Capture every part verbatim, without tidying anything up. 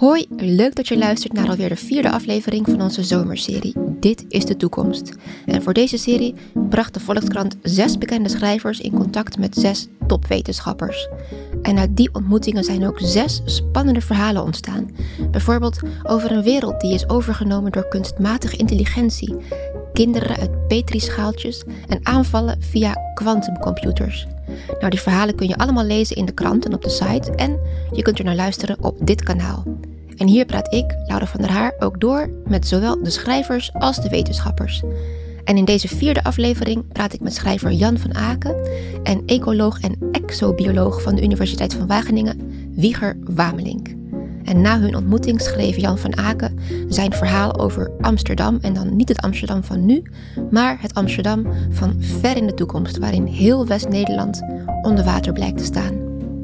Hoi, leuk dat je luistert naar alweer de vierde aflevering van onze zomerserie Dit is de toekomst. En voor deze serie bracht de Volkskrant zes bekende schrijvers in contact met zes topwetenschappers. En uit die ontmoetingen zijn ook zes spannende verhalen ontstaan. Bijvoorbeeld over een wereld die is overgenomen door kunstmatige intelligentie, kinderen uit petrischaaltjes en aanvallen via quantumcomputers. Nou, die verhalen kun je allemaal lezen in de krant en op de site en je kunt er naar luisteren op dit kanaal. En hier praat ik, Laura van der Haar, ook door met zowel de schrijvers als de wetenschappers. En in deze vierde aflevering praat ik met schrijver Jan van Aken en ecoloog en exobioloog van de Universiteit van Wageningen, Wieger Wamelink. En na hun ontmoeting schreef Jan van Aken zijn verhaal over Amsterdam. En dan niet het Amsterdam van nu, maar het Amsterdam van ver in de toekomst, waarin heel West-Nederland onder water blijkt te staan.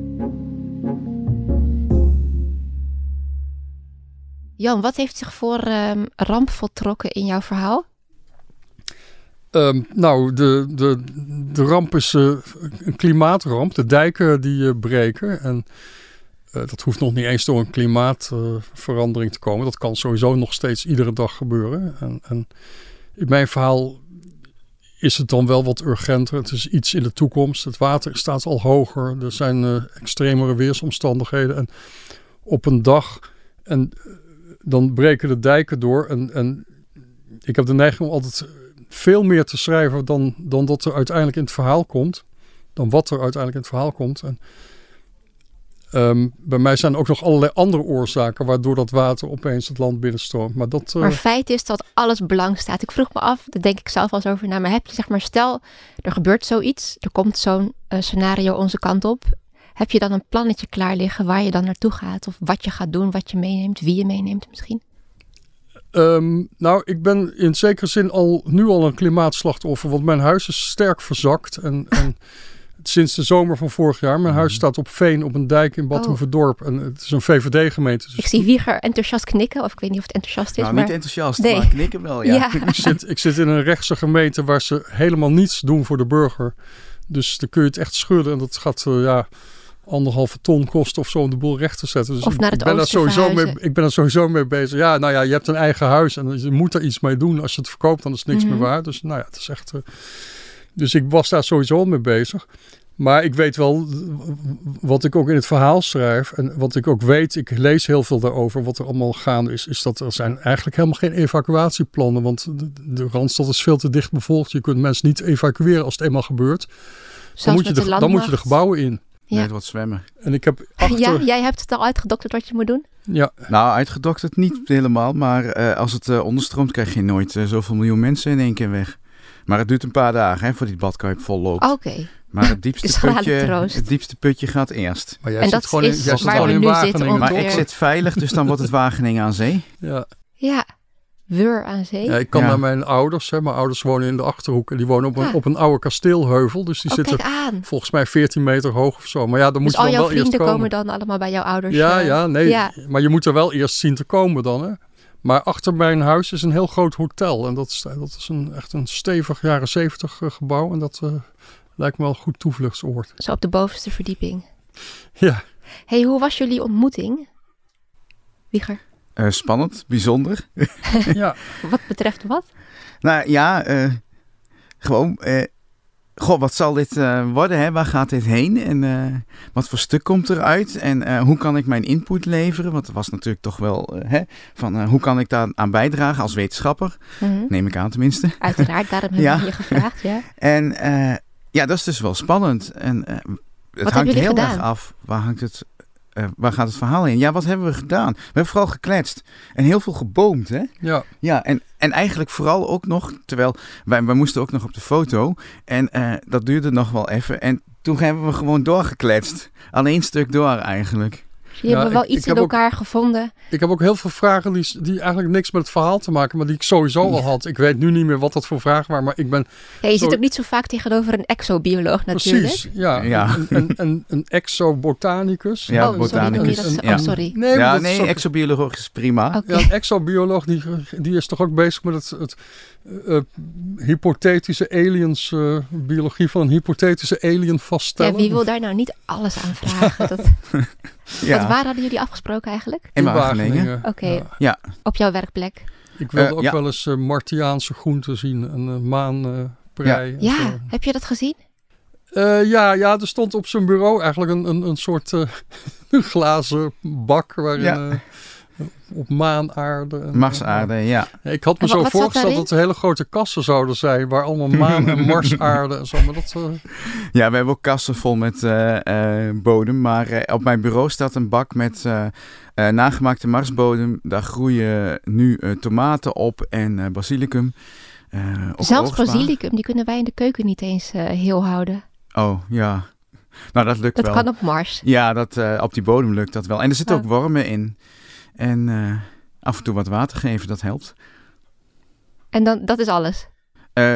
Jan, wat heeft zich voor um, ramp voltrokken in jouw verhaal? Um, nou, de, de, de ramp is uh, een klimaatramp. De dijken die uh, breken en... Uh, dat hoeft nog niet eens door een klimaatverandering uh, te komen. Dat kan sowieso nog steeds iedere dag gebeuren. En, en in mijn verhaal is het dan wel wat urgenter. Het is iets in de toekomst. Het water staat al hoger. Er zijn uh, extremere weersomstandigheden. En op een dag en, uh, dan breken de dijken door. En, en ik heb de neiging om altijd veel meer te schrijven dan, dan dat er uiteindelijk in het verhaal komt. Dan wat er uiteindelijk in het verhaal komt. En Um, bij mij zijn ook nog allerlei andere oorzaken waardoor dat water opeens het land binnenstroomt. Maar, dat, uh... maar feit is dat alles belang staat. Ik vroeg me af, daar denk ik zelf wel eens over na. Maar heb je, zeg maar, stel, er gebeurt zoiets. Er komt zo'n uh, scenario onze kant op. Heb je dan een plannetje klaar liggen waar je dan naartoe gaat? Of wat je gaat doen, wat je meeneemt, wie je meeneemt misschien? Um, nou, ik ben in zekere zin al nu al een klimaatslachtoffer. Want mijn huis is sterk verzakt. En... en sinds de zomer van vorig jaar. Mijn huis staat op Veen, op een dijk in Bad Hoeverdorp. En het is een V V D-gemeente. Dus ik zie Wieger enthousiast knikken. Of ik weet niet of het enthousiast is. Nou, maar... niet enthousiast, nee. maar knikken wel, ja. ja. ik, zit, ik zit in een rechtse gemeente waar ze helemaal niets doen voor de burger. Dus dan kun je het echt schudden. En dat gaat, uh, ja, anderhalve ton kosten of zo om de boel recht te zetten. Dus of naar het ik, ben daar sowieso mee, ik ben er sowieso mee bezig. Ja, nou ja, je hebt een eigen huis en je moet er iets mee doen. Als je het verkoopt, dan is het niks mm-hmm. meer waard. Dus nou ja, het is echt... Uh, dus ik was daar sowieso mee bezig. Maar ik weet wel wat ik ook in het verhaal schrijf en wat ik ook weet, ik lees heel veel daarover, wat er allemaal gaande is, is dat er zijn eigenlijk helemaal geen evacuatieplannen, want de, de Randstad is veel te dicht bevolkt. Je kunt mensen niet evacueren als het eenmaal gebeurt. Dan moet, je de, de dan moet je de gebouwen in. Ja. Nee, het wordt zwemmen. En ik heb achter... Ja, jij hebt het al uitgedokterd wat je moet doen? Ja. Nou, uitgedokterd niet helemaal, maar uh, als het uh, onderstroomt krijg je nooit uh, zoveel miljoen mensen in één keer weg. Maar het duurt een paar dagen hè, voor die badkuip vol loopt. Oké. Okay. Maar het diepste, putje, het diepste putje gaat eerst. Maar jij en zit dat gewoon is in, jij waar we in nu Wageningen, zitten. Maar ik zit veilig, dus dan wordt het Wageningen aan zee. Ja. Ja, Weur aan zee. Ja, ik kan ja. naar mijn ouders. Hè. Mijn ouders wonen in de Achterhoek. En die wonen op een, ah. op een oude kasteelheuvel. Dus die oh, zitten aan. volgens mij veertien meter hoog of zo. Maar ja, dan dus moet je dan wel eerst komen. al jouw vrienden komen dan allemaal bij jouw ouders? Ja, uh, ja, nee. Ja. Maar je moet er wel eerst zien te komen dan, hè. Maar achter mijn huis is een heel groot hotel. En dat is, dat is een, echt een stevig jaren zeventig uh, gebouw. En dat uh, lijkt me wel een goed toevluchtsoord. Zo op de bovenste verdieping. Ja. Hey, hoe was jullie ontmoeting, Wieger? Uh, spannend, bijzonder. Ja. Wat betreft wat? Nou ja, uh, gewoon... Uh, Goh, wat zal dit uh, worden? Hè? Waar gaat dit heen? En uh, wat voor stuk komt eruit? En uh, hoe kan ik mijn input leveren? Want het was natuurlijk toch wel... Uh, hè, van uh, hoe kan ik daar aan bijdragen als wetenschapper? Mm-hmm. Neem ik aan tenminste. Uiteraard, daarom heb ja. je je gevraagd, ja. En uh, ja, dat is dus wel spannend. En uh, het wat hangt heel gedaan? erg af. Waar hangt het... Uh, waar gaat het verhaal in? Ja, wat hebben we gedaan? We hebben vooral gekletst. En heel veel geboomd, hè? Ja. Ja, en, en eigenlijk vooral ook nog... Terwijl, wij, wij moesten ook nog op de foto. En uh, dat duurde nog wel even. En toen hebben we gewoon doorgekletst. Al één stuk door eigenlijk. Jullie ja, hebben wel ik, iets ik in elkaar ook, gevonden. Ik heb ook heel veel vragen die, die eigenlijk niks met het verhaal te maken, maar die ik sowieso al had. Ik weet nu niet meer wat dat voor vragen waren, maar ik ben... Ja, je zo... zit ook niet zo vaak tegenover een exobioloog natuurlijk. Precies, ja. ja. Een, een, een, een exobotanicus. Ja, oh, botanicus. Sorry, dat, ja. oh, sorry. Nee, ja, nee, ook... exobioloog is prima. Okay. Ja, een exobioloog die, die is toch ook bezig met het... het uh, hypothetische aliens, uh, biologie van een hypothetische alien vaststellen. Ja, wie wil daar nou niet alles aan vragen? dat... Ja. Want waar hadden jullie afgesproken eigenlijk? In In Wageningen. Oké, okay. Ja. Op jouw werkplek. Ik wilde Uh, ook ja. wel eens uh, Martiaanse groenten zien. Een uh, maanprei. Uh, Ja, ja. Heb je dat gezien? Uh, ja, ja, er stond op zijn bureau eigenlijk een, een, een soort uh, glazen bak waarin ja. uh, op maanaarde. En, Marsaarde, uh, ja. Ik had me en zo wat, voorgesteld dat er hele grote kassen zouden zijn waar allemaal maan en marsaarde en zo. Maar dat, uh... Ja, we hebben ook kassen vol met uh, uh, bodem. Maar uh, op mijn bureau staat een bak met uh, uh, nagemaakte marsbodem. Daar groeien nu uh, tomaten op en uh, basilicum. Uh, Zelfs basilicum, die kunnen wij in de keuken niet eens uh, heel houden. Oh, ja. Nou, dat lukt dat wel. Dat kan op Mars. Ja, dat, uh, op die bodem lukt dat wel. En er zitten oh. ook wormen in. En uh, af en toe wat water geven, dat helpt. En dan, dat is alles? Uh,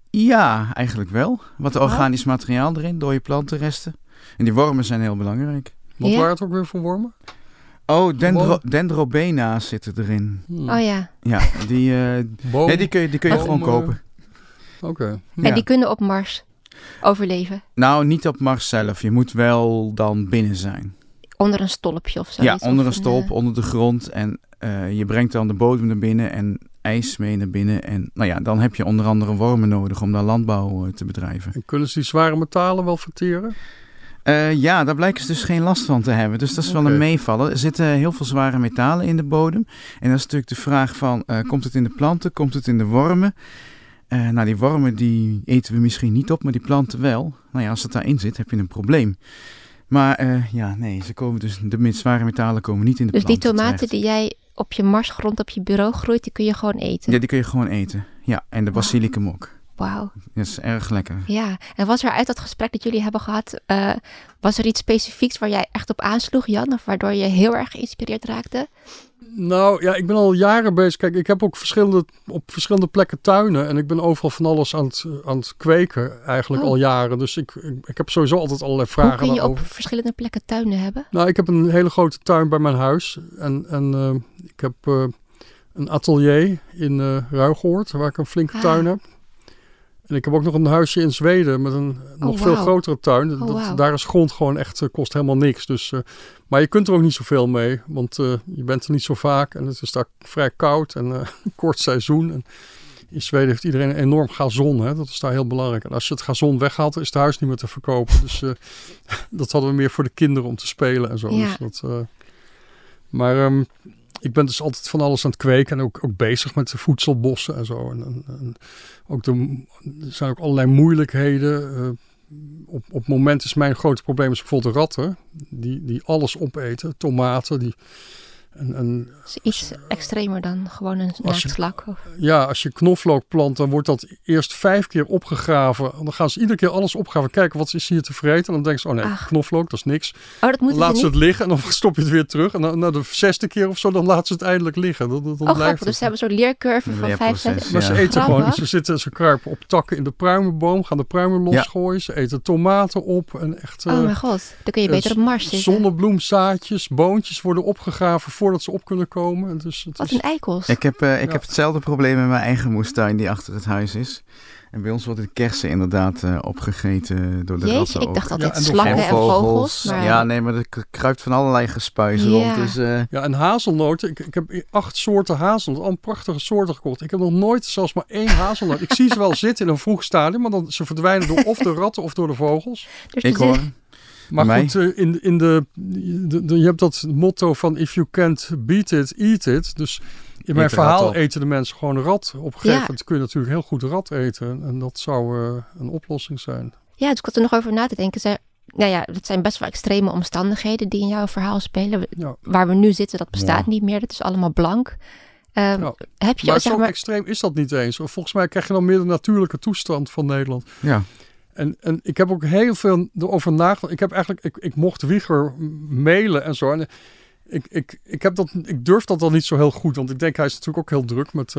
ja, eigenlijk wel. Wat organisch oh. materiaal erin, dode plantenresten. En die wormen zijn heel belangrijk. Wat ja? waren het ook weer voor wormen? Oh, dendro, dendrobena's zitten erin. Hmm. Oh ja. Ja, die, uh, nee, die kun je, die kun je oh, gewoon uh, kopen. Oké. Okay. En ja. die kunnen op Mars overleven? Nou, niet op Mars zelf. Je moet wel dan binnen zijn. Onder een stolpje of zo? Ja, onder een stolp, uh... onder de grond. En uh, je brengt dan de bodem naar binnen en ijs mee naar binnen. En nou ja, dan heb je onder andere wormen nodig om daar landbouw uh, te bedrijven. En kunnen ze die zware metalen wel verteren? Uh, ja, daar blijken ze dus geen last van te hebben. Dus dat is okay. wel een meevallen. Er zitten heel veel zware metalen in de bodem. En dat is natuurlijk de vraag van, uh, komt het in de planten, komt het in de wormen? Uh, nou, die wormen die eten we misschien niet op, maar die planten wel. Nou ja, als het daarin zit, heb je een probleem. Maar uh, ja, nee, ze komen dus, de zware metalen komen niet in de dus planten die tomaten terecht. Die jij op je marsgrond op je bureau groeit, die kun je gewoon eten? Ja, die kun je gewoon eten. Ja, en de basilicum ook. Wauw. Dat is erg lekker. Ja, en was er uit dat gesprek dat jullie hebben gehad, uh, was er iets specifieks waar jij echt op aansloeg, Jan? Of waardoor je heel erg geïnspireerd raakte? Nou ja, ik ben al jaren bezig. Kijk, ik heb ook verschillende, op verschillende plekken tuinen. En ik ben overal van alles aan het, aan het kweken eigenlijk oh. al jaren. Dus ik, ik, ik heb sowieso altijd allerlei vragen daarover. Hoe kun je daarover. op verschillende plekken tuinen hebben? Nou, ik heb een hele grote tuin bij mijn huis. En, en uh, ik heb uh, een atelier in uh, Ruigoord, waar ik een flinke ah. tuin heb. En ik heb ook nog een huisje in Zweden met een oh, nog wow. veel grotere tuin. Oh, dat, wow. Daar is grond gewoon echt, uh, kost helemaal niks. Dus, uh, maar je kunt er ook niet zoveel mee, want uh, je bent er niet zo vaak. En het is daar vrij koud en uh, kort seizoen. En in Zweden heeft iedereen een enorm gazon. Hè? Dat is daar heel belangrijk. En als je het gazon weghaalt, is het huis niet meer te verkopen. Dus uh, dat hadden we meer voor de kinderen om te spelen en zo. Ja. Dus dat, uh, maar... Um, Ik ben dus altijd van alles aan het kweken en ook, ook bezig met de voedselbossen en zo. En, en, en ook de, er zijn ook allerlei moeilijkheden. Uh, op, op het moment is mijn grote probleem is bijvoorbeeld de ratten. Die, die alles opeten. Tomaten. Die, en, en, is iets als, extremer dan gewoon een naaktslak? Ja, als je knoflook plant, dan wordt dat eerst vijf keer opgegraven. Dan gaan ze iedere keer alles opgraven. Kijken, wat is hier te vreten? En dan denken ze, oh nee, Ach. knoflook, dat is niks. Oh, dat moet laat ze niet? het liggen en dan stop je het weer terug. En dan, na de zesde keer of zo, dan laten ze het eindelijk liggen. Dan, dan oh, blijft grappig. het. Dus ze hebben zo'n leercurve van vijf, zes. Maar ja. ze eten gewoon, ze zitten, ze kruipen op takken in de pruimenboom, gaan de pruimen losgooien. Ja. Ze eten tomaten op. En echt, oh uh, mijn god, dan kun je beter uh, op Mars zitten. Zonnebloemzaadjes, boontjes worden opgegraven voordat ze op kunnen komen. Dus het Wat is... een eikels. Ik heb, uh, ik ja. heb hetzelfde probleem in mijn eigen moestuin die achter het huis is. En bij ons worden de kersen inderdaad uh, opgegeten door de Jeetje, ratten. ik dacht ook. altijd ja, slakken en, en vogels. vogels. Maar... Ja, nee, maar er kruipt van allerlei gespuis ja. rond. Dus, uh... Ja, en hazelnoten. Ik, ik heb acht soorten hazelnoten. Al prachtige soorten gekocht. Ik heb nog nooit zelfs maar één hazelnoot. Ik zie ze wel zitten in een vroeg stadium, maar dan ze verdwijnen door of de ratten of door de vogels. Dus ik hoor. Maar Mij? goed, uh, in, in de, de, de, je hebt dat motto van if you can't beat it, eat it. Dus in mijn verhaal eten de mensen gewoon een rat. Op een gegeven ja. moment kun je natuurlijk heel goed rat eten. En dat zou uh, een oplossing zijn. Ja, dus ik had er nog over na te denken. Ze, nou ja, het zijn best wel extreme omstandigheden die in jouw verhaal spelen. Ja. Waar we nu zitten, dat bestaat ja. niet meer. Dat is allemaal blank. Um, ja. heb je, maar zeg zo maar... extreem is dat niet eens. Volgens mij krijg je dan meer de natuurlijke toestand van Nederland. Ja. En, en ik heb ook heel veel erover nagedacht. Ik heb eigenlijk, ik, ik mocht Wieger mailen en zo. En ik, ik, ik, heb dat, ik durf dat dan niet zo heel goed. Want ik denk, hij is natuurlijk ook heel druk met, uh,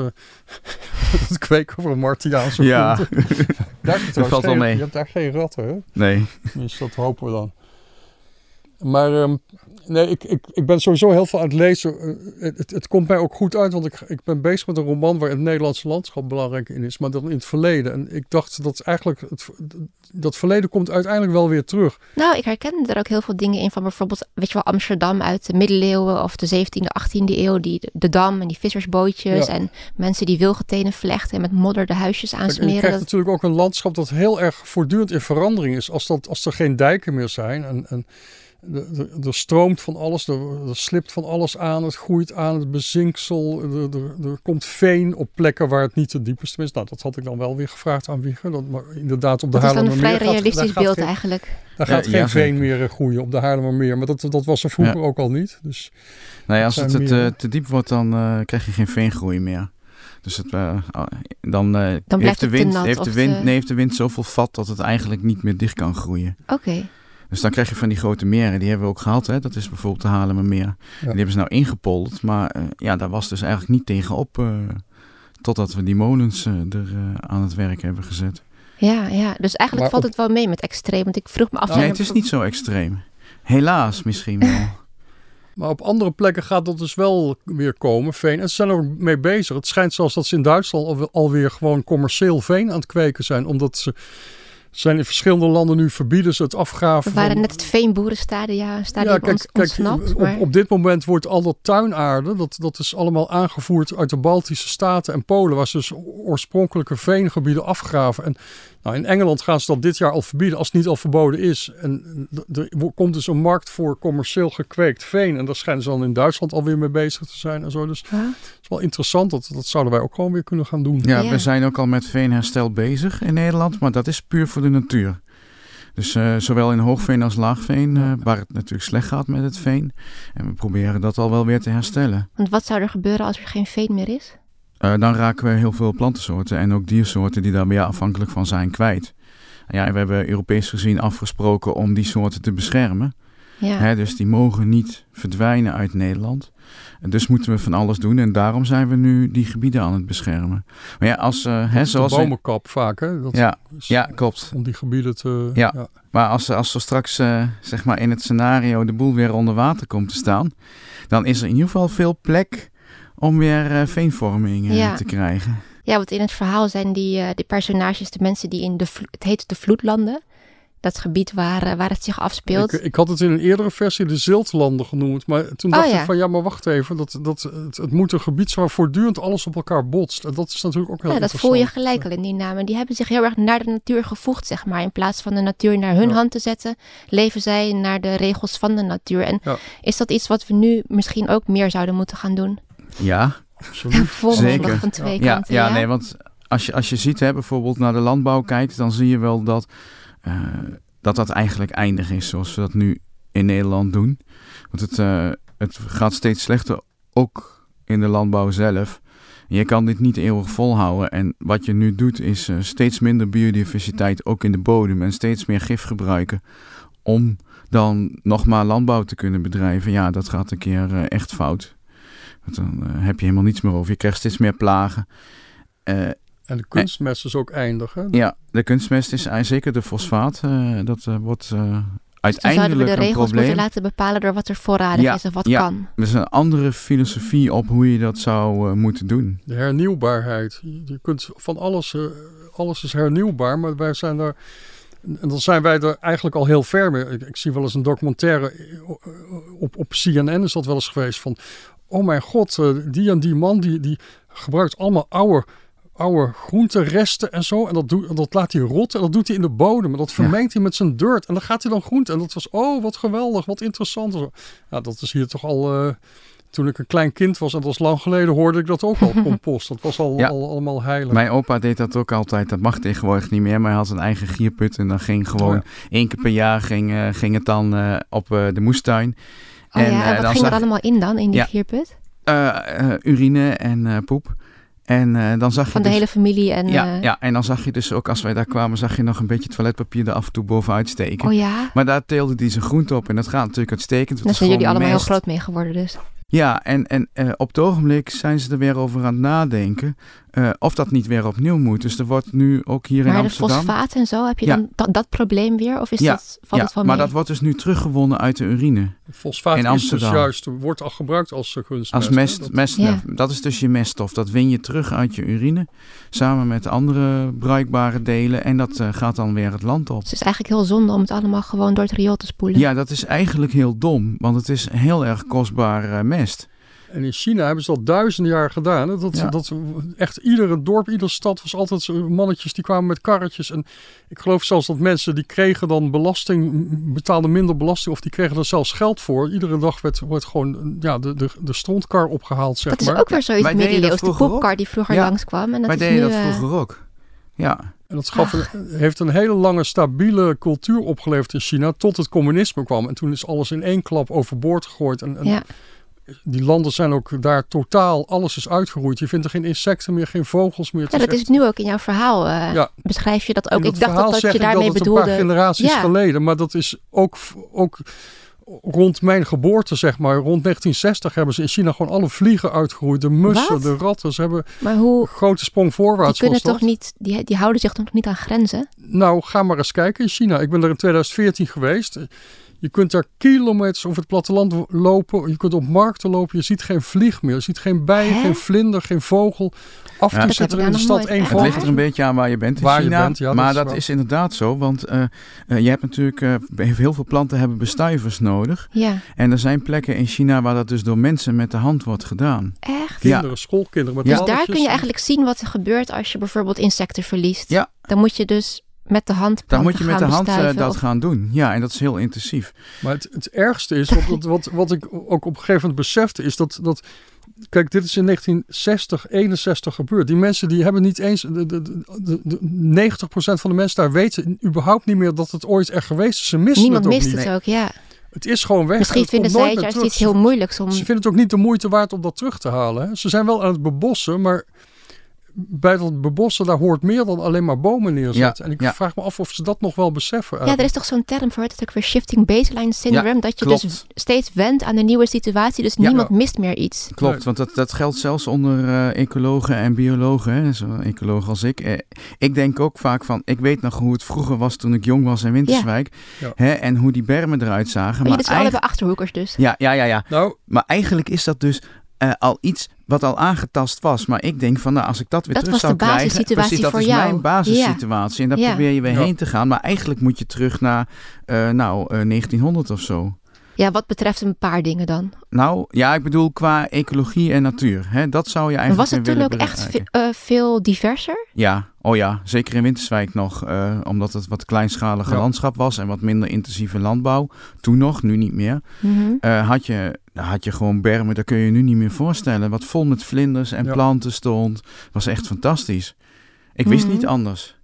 met het kweken over een Martiaanse ja. Daar heb je dat valt geen, wel mee. Je hebt daar geen ratten, hè? Nee. Dus dat hopen we dan. Maar um, nee, ik, ik, ik ben sowieso heel veel aan het lezen. Uh, het, het komt mij ook goed uit, want ik, ik ben bezig met een roman waar het Nederlandse landschap belangrijk in is, maar dan in het verleden. En ik dacht dat eigenlijk het, dat verleden komt uiteindelijk wel weer terug. Nou, ik herken er ook heel veel dingen in van bijvoorbeeld, weet je wel, Amsterdam uit de middeleeuwen of de zeventiende, achttiende eeuw, die de, de dam en die vissersbootjes ja. en mensen die wilgetenen vlechten en met modder de huisjes aansmeren. En je krijgt dat... natuurlijk ook een landschap dat heel erg voortdurend in verandering is. Als, dat, als er geen dijken meer zijn en, en er stroomt van alles, er, er slipt van alles aan, het groeit aan, het bezinksel, er, er, er komt veen op plekken waar het niet te diep is. Nou, dat had ik dan wel weer gevraagd aan Wieger. Dat, maar inderdaad op de Haarlemmermeer. Dat is dan een vrij realistisch gaat, beeld geen, eigenlijk. Daar gaat ja, geen ja, veen meer groeien op de Haarlemmermeer, maar dat, dat was er vroeger ja. ook al niet. Dus nou ja, als het meer... te, te diep wordt, dan uh, krijg je geen veengroei meer. Dus het, uh, dan, uh, dan heeft, de wind, nat, heeft, de wind, de... nee, heeft de wind zoveel vat dat het eigenlijk niet meer dicht kan groeien. Oké. Okay. Dus dan krijg je van die grote meren, die hebben we ook gehad. Hè? Dat is bijvoorbeeld de Haarlemmermeer. Ja. Die hebben ze nou ingepolderd, maar uh, ja, daar was dus eigenlijk niet tegenop uh, totdat we die molens uh, er uh, aan het werk hebben gezet. Ja, ja. Dus eigenlijk maar valt op... het wel mee met extreem, want ik vroeg me af... Nee, het is niet zo extreem. Helaas misschien wel. Maar op andere plekken gaat dat dus wel weer komen, veen. En ze zijn er mee bezig. Het schijnt zelfs dat ze in Duitsland alweer gewoon commercieel veen aan het kweken zijn, omdat ze... zijn in verschillende landen nu verbieden ze het afgraven. We waren van... net het veenboerenstadium ja, ja, kijk, ontsnapt. Kijk, maar... op, op dit moment wordt al dat tuinaarde, dat, dat is allemaal aangevoerd uit de Baltische Staten en Polen, waar ze dus oorspronkelijke veengebieden afgraven. En nou, in Engeland gaan ze dat dit jaar al verbieden, als het niet al verboden is. En er komt dus een markt voor commercieel gekweekt veen. En daar schijnen ze dan in Duitsland alweer mee bezig te zijn en zo. Dus huh? Het is wel interessant, dat, dat zouden wij ook gewoon weer kunnen gaan doen. Ja, ja, we zijn ook al met veenherstel bezig in Nederland, maar dat is puur voor de natuur. Dus uh, zowel in hoogveen als laagveen, uh, waar het natuurlijk slecht gaat met het veen. En we proberen dat al wel weer te herstellen. Want wat zou er gebeuren als er geen veen meer is? Uh, dan raken we heel veel plantensoorten en ook diersoorten die daar weer afhankelijk van zijn kwijt. Ja, en we hebben Europees gezien afgesproken om die soorten te beschermen. Ja. Hè, dus die mogen niet verdwijnen uit Nederland. En dus moeten we van alles doen en daarom zijn we nu die gebieden aan het beschermen. Maar ja, als uh, hè, zoals de bomenkap vaak, hè? Dat ja, ja, klopt. Om die gebieden te... Ja, ja. Maar als, als er straks uh, zeg maar in het scenario de boel weer onder water komt te staan, dan is er in ieder geval veel plek om weer uh, veenvorming uh, ja. te krijgen. Ja, want in het verhaal zijn die, uh, die personages de mensen die in de, vlo- het heet de Vloedlanden, dat gebied waar, uh, waar het zich afspeelt. Ik, ik had het in een eerdere versie de Ziltlanden genoemd, maar toen dacht oh, ja. ik van ja, maar wacht even, dat, dat, het, het moet een gebied zijn waar voortdurend alles op elkaar botst. En dat is natuurlijk ook heel ja, interessant. Dat voel je gelijk al in die namen. Die hebben zich heel erg naar de natuur gevoegd, zeg maar. In plaats van de natuur naar hun ja. hand te zetten, leven zij naar de regels van de natuur. En ja. is dat iets wat we nu misschien ook meer zouden moeten gaan doen? Ja, absoluut. Zeker. Van twee ja, kanten, ja, ja, nee, want als je, als je ziet, hè, bijvoorbeeld naar de landbouw kijkt, dan zie je wel dat, uh, dat dat eigenlijk eindig is zoals we dat nu in Nederland doen. Want het, uh, het gaat steeds slechter, ook in de landbouw zelf. Je kan dit niet eeuwig volhouden. En wat je nu doet is uh, steeds minder biodiversiteit, ook in de bodem, en steeds meer gif gebruiken om dan nog maar landbouw te kunnen bedrijven. Ja, dat gaat een keer uh, echt fout. Want dan uh, heb je helemaal niets meer over. Je krijgt steeds meer plagen. Uh, en de kunstmest en, is ook eindig, hè? Ja, de kunstmest is uh, zeker de fosfaat. Uh, dat uh, wordt uh, uiteindelijk zouden we de regels probleem. moeten laten bepalen door wat er voorradig ja, is of wat ja, kan. Er is een andere filosofie op hoe je dat zou uh, moeten doen. De hernieuwbaarheid. Je kunt van alles, uh, alles is hernieuwbaar, maar wij zijn daar... En dan zijn wij er eigenlijk al heel ver mee. Ik, ik zie wel eens een documentaire op, op C N N is dat wel eens geweest van... Oh mijn god, die en die man die, die gebruikt allemaal oude, oude groenteresten en zo. En dat, doet, dat laat hij rotten en dat doet hij in de bodem. En dat vermengt ja. hij met zijn dirt. En dan gaat hij dan groente. En dat was, oh wat geweldig, wat interessant. Ja, dat is hier toch al... Uh, toen ik een klein kind was, en dat was lang geleden, hoorde ik dat ook al, compost. Dat was al, ja. al allemaal heilig. Mijn opa deed dat ook altijd. Dat mag tegenwoordig niet meer, maar hij had een eigen gierput. En dan ging gewoon oh ja. één keer per jaar ging, uh, ging het dan uh, op uh, de moestuin. Oh en, ja, en uh, wat ging er allemaal in dan, in die ja. gierput? Uh, uh, urine en uh, poep. En uh, dan zag je van de dus, hele familie. En, ja, uh... ja, en dan zag je dus ook als wij daar kwamen, zag je nog een beetje toiletpapier er af en toe bovenuit steken. Oh ja? Maar daar teelde hij zijn groente op en dat gaat natuurlijk uitstekend. Daar zijn jullie allemaal mest. heel groot mee geworden dus. Ja, en, en uh, op het ogenblik zijn ze er weer over aan het nadenken uh, of dat niet weer opnieuw moet. Dus er wordt nu ook hier maar in Amsterdam... Maar de fosfaat en zo, heb je ja. dan dat, dat probleem weer? Of is ja, dat, valt ja, het wel maar mee? dat wordt dus nu teruggewonnen uit de urine. Fosfaat in Amsterdam. is dus juist, wordt al gebruikt als uh, kunstmest. Als mest, dat, mest ja. dat is dus je meststof. Dat win je terug uit je urine, samen met andere bruikbare delen. En dat uh, gaat dan weer het land op. Dus het is eigenlijk heel zonde om het allemaal gewoon door het riool te spoelen. Ja, dat is eigenlijk heel dom, want het is heel erg kostbaar uh, mest. En in China hebben ze dat duizenden jaar gedaan. Hè? Dat, ja. dat echt iedere dorp, iedere stad was altijd mannetjes die kwamen met karretjes. En ik geloof zelfs dat mensen die kregen dan belasting, betaalden minder belasting of die kregen er zelfs geld voor. Iedere dag werd, werd gewoon ja, de, de, de strontkar opgehaald, zeg dat is maar. ook weer zoiets ja, middeleeuws. De poepkar ook? die vroeger ja. langskwam. En dat Wij is deden nu, dat uh... vroeger ook. Ja. En dat gaf een, heeft een hele lange stabiele cultuur opgeleverd in China tot het communisme kwam. En toen is alles in één klap overboord gegooid. En, en ja. die landen zijn ook daar totaal, alles is uitgeroeid. Je vindt er geen insecten meer, geen vogels meer. Het ja, is dat echt... is nu ook in jouw verhaal. Uh, ja. Beschrijf je dat ook? In Ik dacht dat, dat je ik daarmee dat het bedoelde. een paar generaties ja. geleden. Maar dat is ook, ook rond mijn geboorte, zeg maar. Rond negentien zestig hebben ze in China gewoon alle vliegen uitgeroeid. De mussen, Wat? de ratten. Ze hebben maar hoe, een grote sprong voorwaarts. die kunnen was toch dat. niet, die, die houden zich toch niet aan grenzen? Nou, ga maar eens kijken in China. Ik ben er in twintig veertien geweest. Je kunt daar kilometers over het platteland lopen. Je kunt op markten lopen. Je ziet geen vlieg meer. Je ziet geen bij, Hè? geen vlinder, geen vogel. Af en toe Ja, zit er in de nog stad nooit één echt vogel. Het ligt er een beetje aan waar je bent in Waar je China. bent, ja, dat maar is dat waar. is inderdaad zo. Want uh, uh, je hebt natuurlijk uh, heel veel planten hebben bestuivers nodig. Ja, En er zijn plekken in China waar dat dus door mensen met de hand wordt gedaan. echt? Kinderen, Ja. schoolkinderen met Dus balletjes. daar kun je eigenlijk zien wat er gebeurt als je bijvoorbeeld insecten verliest. Ja. Dan moet je dus met de hand Dan planten moet je met de gaan hand uh, bestuiven dat of- gaan doen. Ja, en dat is heel intensief. Maar het, het ergste is, wat, wat, wat, wat ik ook op een gegeven moment besefte, is dat, dat... Kijk, dit is in negentien zestig, eenenzestig gebeurd. Die mensen die hebben niet eens... De, de, de, de negentig procent van de mensen daar weten überhaupt niet meer dat het ooit er geweest is. Ze missen Niemand het ook mist niet. het ook, ja. Het is gewoon weg. Misschien en het komt vinden zij nooit het meer juist terug. iets heel moeilijks om... Ze vinden het ook niet de moeite waard om dat terug te halen. Hè? Ze zijn wel aan het bebossen, maar bij dat bebossen daar hoort meer dan alleen maar bomen neerzetten. Ja, en ik ja. vraag me af of ze dat nog wel beseffen. Ja, er eigenlijk. is toch zo'n term voor, het is ook weer shifting baseline syndrome, Ja, dat je klopt. dus steeds wendt aan de nieuwe situatie, dus Ja. niemand mist meer iets. Klopt, Nee. want dat, dat geldt zelfs onder uh, ecologen en biologen. Hè? Zo'n ecoloog als ik. Eh, ik denk ook vaak van, ik weet nog hoe het vroeger was toen ik jong was in Winterswijk. Ja. Hè? En hoe die bermen eruit zagen. Maar Maar dit zijn eigen- allebei achterhoekers dus. ja, ja, ja, ja. Nou, Maar eigenlijk is dat dus uh, al iets wat al aangetast was. Maar ik denk van, nou, als ik dat weer Dat terug was zou de krijgen... basissituatie precies, dat voor is jou. mijn basissituatie. En daar Ja. probeer je weer Ja. heen te gaan. Maar eigenlijk moet je terug naar, uh, nou, uh, negentienhonderd of zo. Ja, wat betreft een paar dingen dan. Nou, ja, ik bedoel qua ecologie en natuur. Hè? Dat zou je Maar eigenlijk was het weer toen willen ook echt bereiken. ve- uh, veel diverser? Ja, oh ja, zeker in Winterswijk nog. Uh, omdat het wat kleinschalige Ja. landschap was en wat minder intensieve landbouw. Toen nog, nu niet meer. Mm-hmm. Uh, had, je, had je gewoon bermen, dat kun je je nu niet meer voorstellen. Wat vol met vlinders en Ja. planten stond. Was echt fantastisch. Ik wist Mhm. niet anders.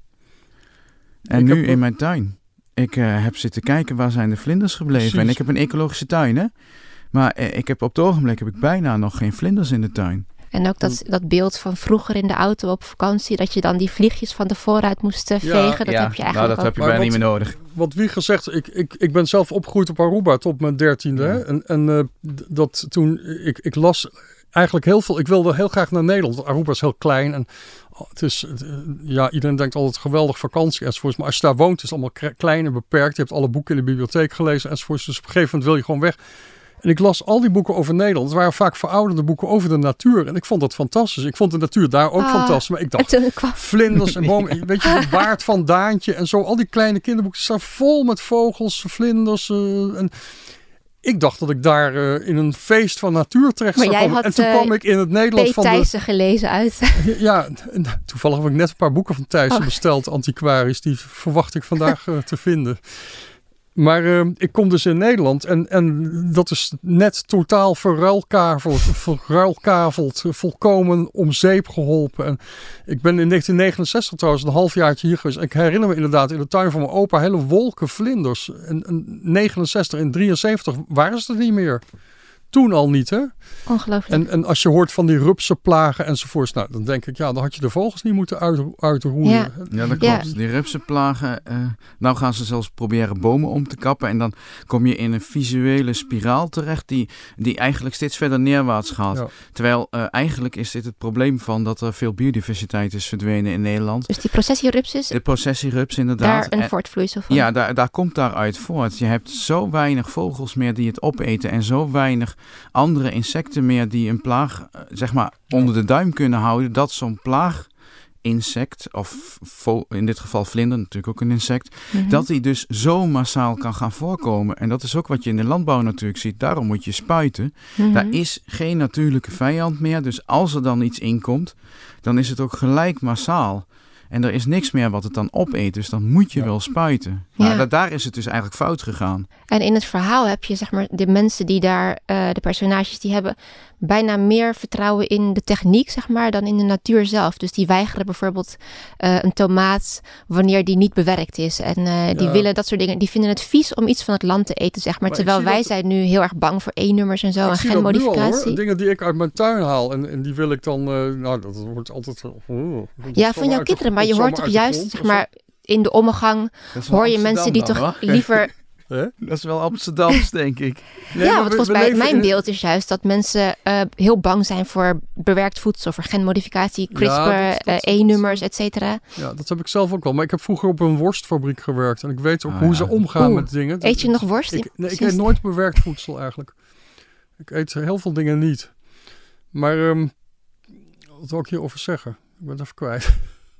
En Ik nu heb- in mijn tuin. Ik uh, heb zitten kijken waar zijn de vlinders gebleven. Precies. En ik heb een ecologische tuin, hè. Maar uh, ik heb op het ogenblik heb ik bijna nog geen vlinders in de tuin. En ook dat, dat beeld van vroeger in de auto op vakantie, dat je dan die vliegjes van de vooruit moest uh, Ja, vegen. Dat ja, heb je eigenlijk nou, dat ook. heb je Maar bijna wat- niet meer nodig. wat Wieger zegt, ik, ik, ik ben zelf opgegroeid op Aruba tot mijn dertiende. Ja. Hè? En, en uh, d- dat toen, ik, ik las eigenlijk heel veel, ik wilde heel graag naar Nederland. Want Aruba is heel klein en het is, uh, ja, iedereen denkt altijd geweldig vakantie enzovoorts. Maar als je daar woont, is het allemaal k- klein en beperkt. Je hebt alle boeken in de bibliotheek gelezen enzovoorts. Dus op een gegeven moment wil je gewoon weg. En ik las al die boeken over Nederland. Het waren vaak verouderde boeken over de natuur. En ik vond dat fantastisch. Ik vond de natuur daar ook Ah, fantastisch. Maar ik En dacht, toen kwam... vlinders en bomen. Weet je, de baard van Daantje en zo. Al die kleine kinderboeken staan vol met vogels, vlinders. Uh, en ik dacht dat ik daar uh, in een feest van natuur terecht Maar zou jij komen. had, En toen uh, kwam ik in het Nederland P. van de... Thijssen gelezen uit. Ja, en toevallig heb ik net een paar boeken van Thijssen Oh. besteld, antiquarisch. Die verwacht ik vandaag uh, te vinden. Maar uh, ik kom dus in Nederland en, en dat is net totaal verruilkaveld, verruilkaveld, volkomen om zeep geholpen. En ik ben in negentien negenenzestig trouwens een halfjaartje hier geweest. Ik herinner me inderdaad in de tuin van mijn opa hele wolken vlinders. En, en negenenzestig en drieënzeventig waren ze er niet meer. toen al niet, hè? Ongelooflijk. En, en als je hoort van die rupsenplagen enzovoorts, nou, dan denk ik, ja, dan had je de vogels niet moeten uit, uitroeien. Ja. Ja, dat klopt. Ja. Die rupsenplagen, uh, nou gaan ze zelfs proberen bomen om te kappen. En dan kom je in een visuele spiraal terecht die, die eigenlijk steeds verder neerwaarts gaat. Ja. Terwijl uh, eigenlijk is dit het probleem van dat er veel biodiversiteit is verdwenen in Nederland. Dus die processierupsen, De processierups inderdaad. daar een En- voortvloeisel van. Ja, daar, daar komt daaruit voort. Je hebt zo weinig vogels meer die het opeten en zo weinig andere insecten meer die een plaag, eh, zeg maar, onder de duim kunnen houden, dat zo'n plaaginsect, of vo- in dit geval vlinder, natuurlijk ook een insect, Mhm. dat die dus zo massaal kan gaan voorkomen. En dat is ook wat je in de landbouw natuurlijk ziet. Daarom moet je spuiten. Mhm. Daar is geen natuurlijke vijand meer. Dus als er dan iets inkomt, dan is het ook gelijk massaal. En er is niks meer wat het dan opeet. Dus dan moet je Ja. wel spuiten. Nou, Ja. da- daar is het dus eigenlijk fout gegaan. En in het verhaal heb je, zeg maar, de mensen die daar, eh, de personages, die hebben bijna meer vertrouwen in de techniek, zeg maar, dan in de natuur zelf. Dus die weigeren bijvoorbeeld eh, een tomaat wanneer die niet bewerkt is. En eh, die Ja. willen dat soort dingen. Die vinden het vies om iets van het land te eten, zeg maar. Maar ik Terwijl zie wij dat- zijn nu heel erg bang voor E-nummers en zo. Ik En zie dat nu al, genmodificatie. hoor. Dingen die ik uit mijn tuin haal. En, en die wil ik dan... eh, nou, dat wordt altijd... Oh, dat Ja, zal van jouw uit de- kinderen. Maar je dat zal hoort toch uit de juist, grond zeg of zo. maar, in de ommegang hoor je mensen die toch liever... Hè? Dat is wel Amsterdams, denk ik. Nee, ja, maar want we- volgens we mij, leven mijn in- beeld is juist dat mensen eh, heel bang zijn voor bewerkt voedsel, voor genmodificatie, CRISPR, Ja, dat- dat- eh, E-nummers, et cetera. Ja, dat heb ik zelf ook wel. Maar ik heb vroeger op een worstfabriek gewerkt. En ik weet ook Ah, hoe ja. ze omgaan Oeh, met dingen. Eet je nog worst? Ik, nee, ik Sinds- eet nooit bewerkt voedsel eigenlijk. Ik eet heel veel dingen niet. Maar ehm, wat wil ik hierover zeggen? Ik ben het even kwijt.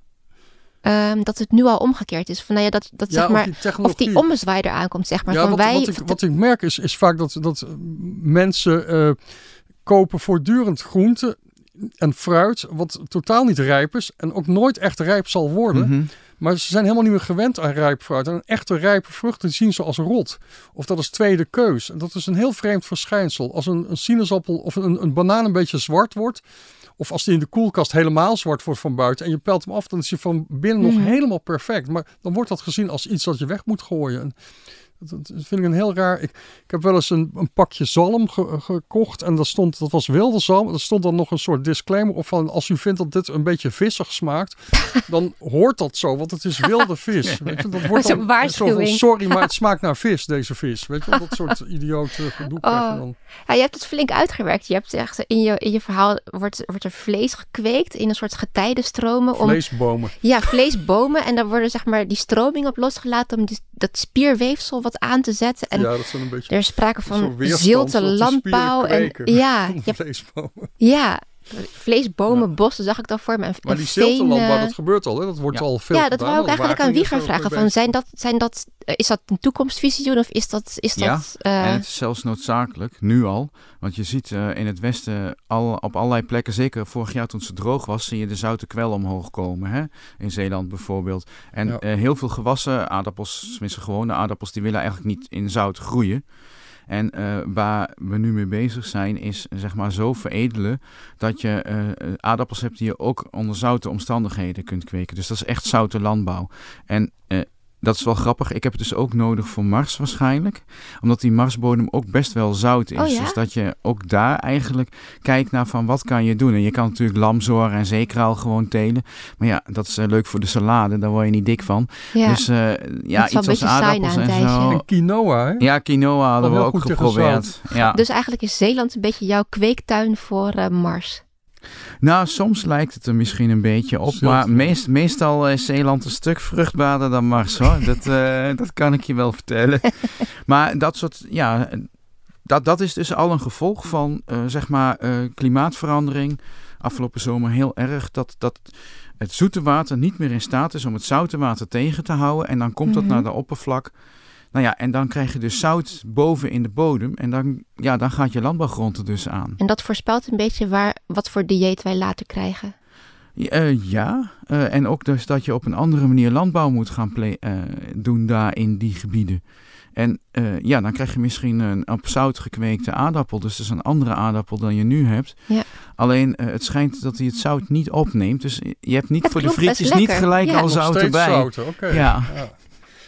Ehm, dat het nu al omgekeerd is. Van, nou ja, dat, dat Ja, zeg maar, of die technologie. of die ommezwaai er aankomt, zeg maar. Ja, van wat, wij, wat, ik, wat ik merk is, is vaak dat, dat mensen eh, kopen voortdurend groenten en fruit wat totaal niet rijp is en ook nooit echt rijp zal worden. Mhm. Maar ze zijn helemaal niet meer gewend aan rijp fruit. En een echte rijpe vrucht die zien ze als rot. Of dat is tweede keus. En dat is een heel vreemd verschijnsel. Als een, een sinaasappel of een, een banaan een beetje zwart wordt, of als die in de koelkast helemaal zwart wordt van buiten en je pelt hem af, dan is hij van binnen nog Mhm. helemaal perfect. Maar dan wordt dat gezien als iets dat je weg moet gooien. En dat, dat vind ik een heel raar... Ik, ik heb wel eens een, een pakje zalm ge- gekocht en dat, stond, dat was wilde zalm. Er stond dan nog een soort disclaimer op van als u vindt dat dit een beetje vissig smaakt, dan hoort dat zo, want het is wilde vis. Weet je? Dat wordt Zo'n dan waarschuwing. zo van, sorry, maar het smaakt naar vis, deze vis. Weet je wel, dat soort idiote gedoe krijg je Oh. dan. Ja, je hebt het flink uitgewerkt. Je hebt echt in je, in je verhaal wordt, wordt er vlees gekweekt in een soort getijdenstromen. Om, Vleesbomen. ja, vleesbomen. En daar worden zeg maar die stroming op losgelaten om die, dat spierweefsel wat aan te zetten. En Ja, dat zijn een beetje... er is sprake zo'n van weerstand, zilte zodat die landbouw. spieren En kweken. ja, je hebt, Vleesbomen. ja, vleesbomen, bossen zag ik dan voor me. En, Maar en die ziltelandbouw, venen. dat gebeurt al. Hè? Dat wordt Ja. al veel Ja, dat gedaan. wou ik eigenlijk aan Wageningen Wieger is er ook vragen. mee Van, zijn dat, zijn dat, eh, is dat een toekomstvisioen of is dat... Is Ja, dat eh, En het is zelfs noodzakelijk, nu al. Want je ziet uh, in het westen al, op allerlei plekken, zeker vorig jaar toen het zo droog was, zie je de zoute kwel omhoog komen. Hè? In Zeeland bijvoorbeeld. En Ja. uh, heel veel gewassen, aardappels, tenminste gewone aardappels, die willen eigenlijk niet in zout groeien. En uh, waar we nu mee bezig zijn, is zeg maar zo veredelen dat je uh, aardappels hebt die je ook onder zoute omstandigheden kunt kweken. Dus dat is echt zoute landbouw. En uh, dat is wel grappig. Ik heb het dus ook nodig voor Mars waarschijnlijk. Omdat die Marsbodem ook best wel zout is. Oh ja? Dus dat je ook daar eigenlijk kijkt naar van wat kan je doen. En je kan natuurlijk lamzoor en zeekraal gewoon telen. Maar ja, dat is uh, leuk voor de salade. Daar word je niet dik van. ja. Dus uh, ja, is wel iets een als beetje saai aardappels na een en tijdje. zo. En quinoa, hè? Ja, quinoa hadden Wel we heel ook goed tegen geprobeerd. Ja. Dus eigenlijk is Zeeland een beetje jouw kweektuin voor eh, Mars. Nou, soms lijkt het er misschien een beetje op. Zult. Maar meest, meestal is Zeeland een stuk vruchtbaarder dan Mars, hoor. Dat, uh, dat kan ik je wel vertellen. Maar dat soort, ja, dat, dat is dus al een gevolg van, uh, zeg maar, uh, klimaatverandering. Afgelopen zomer heel erg. Dat, dat het zoete water niet meer in staat is om het zoute water tegen te houden. En dan komt dat Mhm. naar de oppervlak. Nou ja, en dan krijg je dus zout boven in de bodem. En dan, ja, dan gaat je landbouwgrond er dus aan. En dat voorspelt een beetje waar, wat voor dieet wij later krijgen. Uh, ja, uh, en ook dus dat je op een andere manier landbouw moet gaan ple- uh, doen daar in die gebieden. En uh, ja, dan krijg je misschien een op zout gekweekte aardappel. Dus dat is een andere aardappel dan je nu hebt. Ja. Alleen uh, het schijnt dat hij het zout niet opneemt. Dus je hebt niet Het voor de klonk best frietjes niet lekker. gelijk Ja. al Nog zout steeds erbij. zout, oké. Ja. Ja.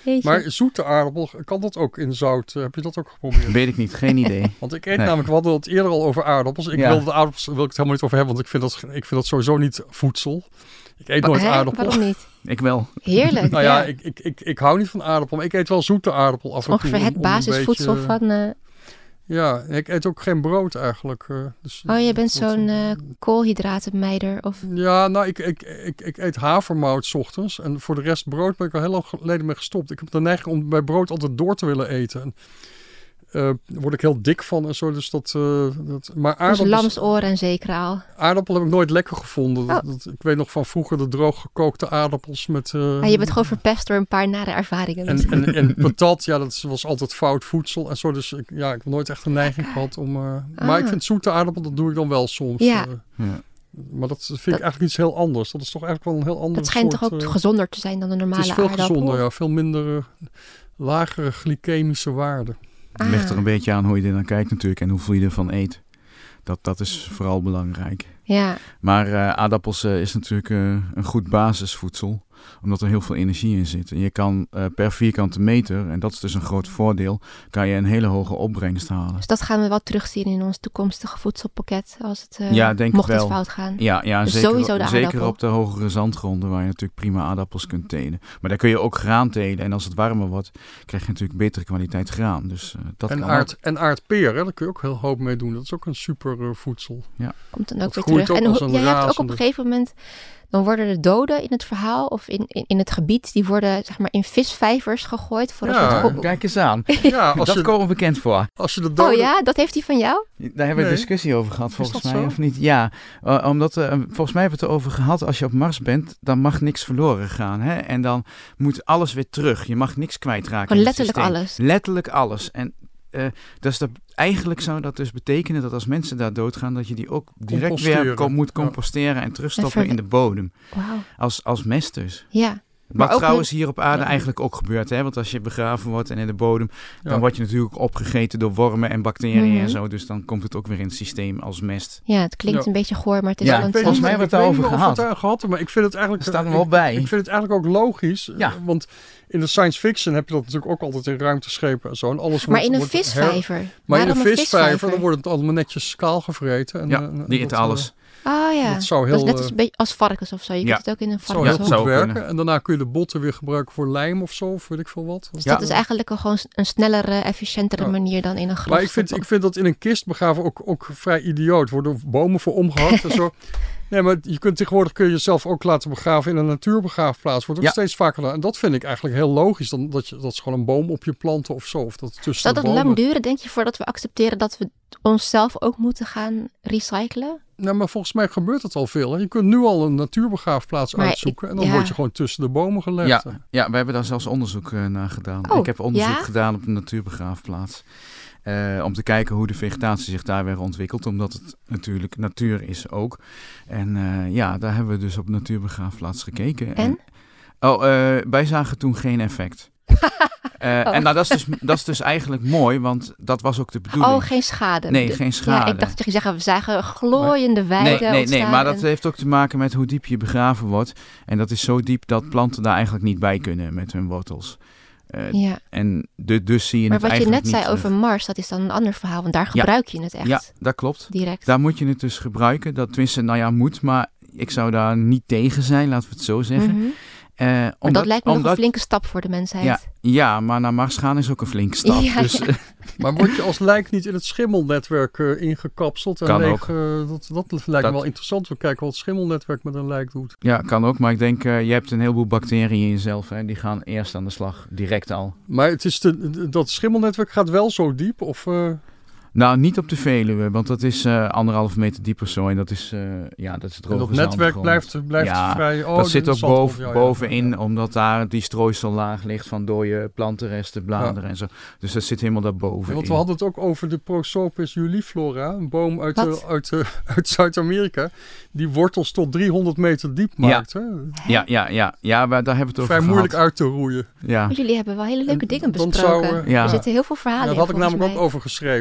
Jeetje. Maar zoete aardappel, kan dat ook in zout? Heb je dat ook geprobeerd? Weet ik niet, geen idee. Want ik eet Nee. namelijk, we hadden het eerder al over aardappels. Ik Ja. wilde de aardappels, wil ik het helemaal niet over hebben, want ik vind dat, ik vind dat sowieso niet voedsel. Ik eet nooit Hè? aardappel. Waarom niet? Ik wel. Heerlijk. Nou ja, ja. Ik, ik, ik, ik hou niet van aardappel, maar ik eet wel zoete aardappel af en toe. Ongeveer het om- om een basisvoedsel beetje- van... eh, Ja, ik eet ook geen brood eigenlijk. eh, dus, oh, je bent dat- zo'n eh, koolhydratenmeider. Of... Ja, nou, ik, ik, ik, ik eet havermout 's ochtends. En voor de rest brood ben ik al heel lang geleden mee gestopt. Ik heb de neiging om bij brood altijd door te willen eten. En, eh, daar word ik heel dik van en zo. Dus dat, eh, dat, maar Dus aardappels, lamsoor en zeekraal. aardappel heb ik nooit lekker gevonden. Dat, Oh. dat- ik weet nog van vroeger de droog gekookte aardappels met... eh, Maar je bent gewoon verpest door een paar nare ervaringen. En, en, en patat, ja, dat was altijd fout voedsel en zo. Dus ik, ja, ik heb nooit echt een neiging gehad om... eh, Ah. Maar ik vind zoete aardappel, dat doe ik dan wel soms. Ja. eh. Ja. Maar dat vind ik Dat- eigenlijk iets heel anders. Dat is toch eigenlijk wel een heel ander dat schijnt soort... toch ook eh, gezonder te zijn dan de het normale is veel aardappel? gezonder, ja. Veel minder eh, lagere glycemische waarden. Het ligt er Ah. een beetje aan hoe je er naar kijkt natuurlijk en hoeveel je ervan eet. Dat, dat is vooral belangrijk. Ja, Maar eh, aardappels eh, is natuurlijk eh, een goed basisvoedsel, omdat er heel veel energie in zit. En je kan eh, per vierkante meter, en dat is dus een groot voordeel, kan je een hele hoge opbrengst halen. dus dat gaan we wel terugzien in ons toekomstige voedselpakket. Als het, eh, Ja, denk ik mocht het wel. fout gaan. Ja, ja Dus zeker, sowieso de zeker aardappel. op de hogere zandgronden waar je natuurlijk prima aardappels kunt telen. Maar daar kun je ook graan telen. En als het warmer wordt, krijg je natuurlijk betere kwaliteit graan. Dus eh, dat En, kan aard, ook. en aardpeer, hè, daar kun je ook heel hoop mee doen. Dat is ook een super eh, voedsel. Komt dan Dat ook weer groeit terug. ook En als hoe- een jij hebt ook op razende. een gegeven moment... Dan worden de doden in het verhaal of in, in, in het gebied... die worden zeg maar in visvijvers gegooid. Voor Ja. als het Kijk eens aan. Ja, als dat je, komen we bekend voor. als je de doden... Oh ja, dat heeft hij van jou? Daar hebben we Nee. een discussie over gehad, volgens dat mij, zo? of niet? Ja, uh, omdat uh, volgens mij hebben we het erover gehad. Als je op Mars bent, dan mag niks verloren gaan. Hè? En dan moet alles weer terug. Je mag niks kwijtraken. Gewoon in het letterlijk systeem. alles. Letterlijk alles. En uh, dus dat, eigenlijk zou dat dus betekenen dat als mensen daar doodgaan, dat je die ook direct weer Composteren. kom, moet Ja. composteren en terugstoppen verwe- in de bodem. Wauw. Als, als mest dus. Ja. Wat ook trouwens hier op aarde Ja. eigenlijk ook gebeurt. Hè? Want als je begraven wordt en in de bodem, Ja. dan word je natuurlijk opgegeten door wormen en bacteriën Mhm. en zo. Dus dan komt het ook weer in het systeem als mest. Ja, het klinkt Ja. een beetje goor, maar het is Ja, wel ik een weet volgens mij hebben we het ik weet daarover niet of we gehad. het daar gehad hebben, maar ik vind het eigenlijk... Er staat er ik- wel bij. Ik vind het eigenlijk ook logisch. Ja. eh, Want in de science fiction heb je dat natuurlijk ook altijd in ruimteschepen en zo. En alles Maar wordt- in een wordt her- visvijver. Maar in Waarom een visvijver, dan wordt het allemaal netjes kaal gevreten. En, Ja, eh, en die eet dat, eh, alles. Oh ja, Dat zou dat is heel, net als, eh, een beetje als varkens of zo. Je ja. kunt het ook in een zou heel Ja, varkens. goed zou werken. kunnen. En daarna kun je de botten weer gebruiken voor lijm of zo. Of weet ik veel wat. Dus Ja. dat is eigenlijk een, gewoon een snellere, efficiëntere Ja. manier dan in een graf. Maar ik vind, ik vind dat in een kist begraven ook, ook vrij idioot. Worden bomen voor omgehakt en zo. Nee, maar je kunt tegenwoordig kun je jezelf ook laten begraven in een natuurbegraafplaats. Wordt ook Ja. steeds vaker gedaan. En dat vind ik eigenlijk heel logisch. Dan, dat, je, dat ze gewoon een boom op je planten of zo. Of dat tussen Zal de dat bomen. lang duren, denk je, voordat we accepteren dat we onszelf ook moeten gaan recyclen? Nou, maar volgens mij gebeurt het al veel. Hè? Je kunt nu al een natuurbegraafplaats Maar uitzoeken. ik- en dan ja. word je gewoon tussen de bomen gelegd. Ja, hè. ja, we hebben daar zelfs onderzoek uh, naar gedaan. Oh, ik heb onderzoek ja? gedaan op een natuurbegraafplaats. Uh, om te kijken hoe de vegetatie zich daar weer ontwikkelt. Omdat het natuurlijk natuur is ook. En uh, ja, daar hebben we dus op natuurbegraafplaats gekeken. En? Oh, uh, wij zagen toen geen effect. Uh, oh. En nou, dat, is dus, dat is dus eigenlijk mooi, want dat was ook de bedoeling. Oh, geen schade. Nee, De- geen schade. Ja, ik dacht dat je zeggen, we zagen glooiende weiden Nee, nee, nee, ontstaan maar dat en- heeft ook te maken met hoe diep je begraven wordt. En dat is zo diep dat planten daar eigenlijk niet bij kunnen met hun wortels. Uh, Ja, En de, dus zie je maar het wat je eigenlijk net niet zei terug. over Mars, dat is dan een ander verhaal. Want daar gebruik je het echt Ja, dat klopt. direct. Daar moet je het dus gebruiken. Dat tenminste, nou ja, moet, maar ik zou daar niet tegen zijn, laten we het zo zeggen. Mhm. Uh, Maar omdat, dat lijkt me nog omdat, een flinke stap voor de mensheid. Ja, ja, maar naar Mars gaan is ook een flinke stap. Ja, dus ja. uh, Maar word je als lijk niet in het schimmelnetwerk uh, ingekapseld? En Kan leeg, ook. uh, dat, dat lijkt Dat- me wel interessant. We kijken wat het schimmelnetwerk met een lijk doet. ja, kan ook. Maar ik denk, uh, je hebt een heleboel bacteriën in jezelf. Hè. Die gaan eerst aan de slag, direct al. Maar het is de, dat schimmelnetwerk gaat wel zo diep? Of, uh... Nou, niet op de Veluwe, want dat is uh, anderhalf meter diep of zo. En dat is, uh, ja, dat is en droge dat netwerk zandgrond. blijft, blijft Ja, vrij... Oh, dat zit ook zandgrond, boven, ja, ja, bovenin, ja. omdat daar die strooisellaag ligt van dode plantenresten, bladeren en zo. Dus dat zit helemaal daarboven. Ja, want we hadden het ook over de Prosopis juliflora, een boom uit, Wat? uh, uit, uh, uit Zuid-Amerika, die wortels tot driehonderd meter diep maakt. Hè? Ja, ja, ja, ja, maar daar hebben we het over Vrij moeilijk gehad. uit te roeien. Ja. Maar jullie hebben wel hele leuke En dingen dan besproken. zou, uh, Ja. Er zitten heel veel Ja, verhalen daar in, had ik namelijk volgens ook mij. over geschreven, maar dat is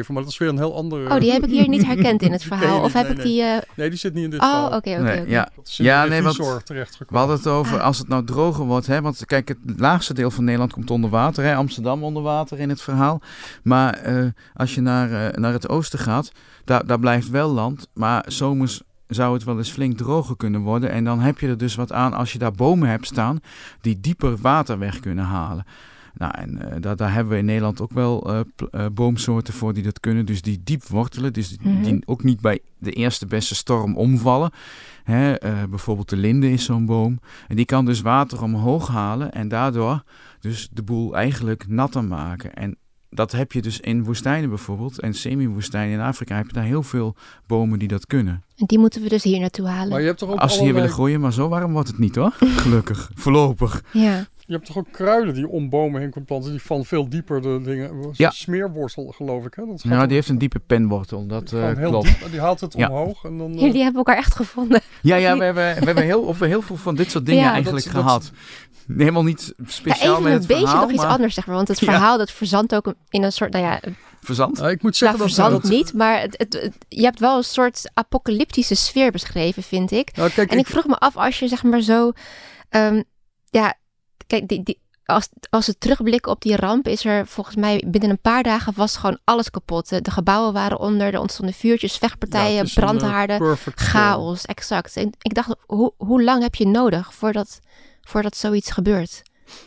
weer een heel andere... Oh, die heb ik hier niet herkend in het verhaal. Nee, of nee, heb nee. ik die... Uh... Nee, die zit niet in dit oh, verhaal. oké, oké, Nee, oké. ja. Dat is in Ja, de nee, want revisor we terechtgekomen. hadden het over Ah. als het nou droger wordt. Hè? Want kijk, het laagste deel van Nederland komt onder water. Hè? Amsterdam onder water in het verhaal. Maar uh, als je naar, uh, naar het oosten gaat, daar, daar blijft wel land. Maar zomers zou het wel eens flink droger kunnen worden. En dan heb je er dus wat aan als je daar bomen hebt staan die dieper water weg kunnen halen. Nou, en uh, daar, daar hebben we in Nederland ook wel uh, p- uh, boomsoorten voor die dat kunnen. Dus die diep wortelen, dus die, Mm-hmm. die ook niet bij de eerste beste storm omvallen. Hè, uh, bijvoorbeeld de linde is zo'n boom. En die kan dus water omhoog halen en daardoor dus de boel eigenlijk natter maken. En dat heb je dus in woestijnen bijvoorbeeld. En semi-woestijnen in Afrika heb je daar heel veel bomen die dat kunnen. En die moeten we dus hier naartoe halen. Maar je hebt toch ook Als ze hier allerlei- willen groeien, maar zo warm wordt het niet hoor. Gelukkig, voorlopig. Ja. Je hebt toch ook kruiden die om bomen heen kunnen planten, die van veel dieper de dingen... Ja. Smeerwortel, geloof ik, hè? Dat gaat Ja, ook- die heeft een diepe penwortel, dat gewoon uh, heel klopt. diep, en die haalt het Ja. omhoog en dan... uh, Jullie hebben elkaar echt gevonden. Ja, ja, we hebben, we hebben heel, of we heel veel van dit soort dingen Ja. eigenlijk Dat- dat- gehad. Helemaal niet Ja, speciaal even met een het beetje verhaal, nog iets maar anders, zeg maar. Want het Ja. verhaal, dat verzandt ook in een soort... Nou ja, verzand. nou, ik moet nou, zeggen dat... verzandt dat, niet, maar het, het, het- je hebt wel een soort apocalyptische sfeer beschreven, vind ik. Nou, kijk, En ik vroeg me af, als je zeg maar zo... Um, ja, kijk, die, die, als, als we terugblikken op die ramp, is er volgens mij binnen een paar dagen was gewoon alles kapot. De, de gebouwen waren onder, er ontstonden vuurtjes, vechtpartijen, ja, het is een, uh, brandhaarden, perfect storm. chaos, exact. En ik dacht, hoe, hoe lang heb je nodig voordat, voordat zoiets gebeurt?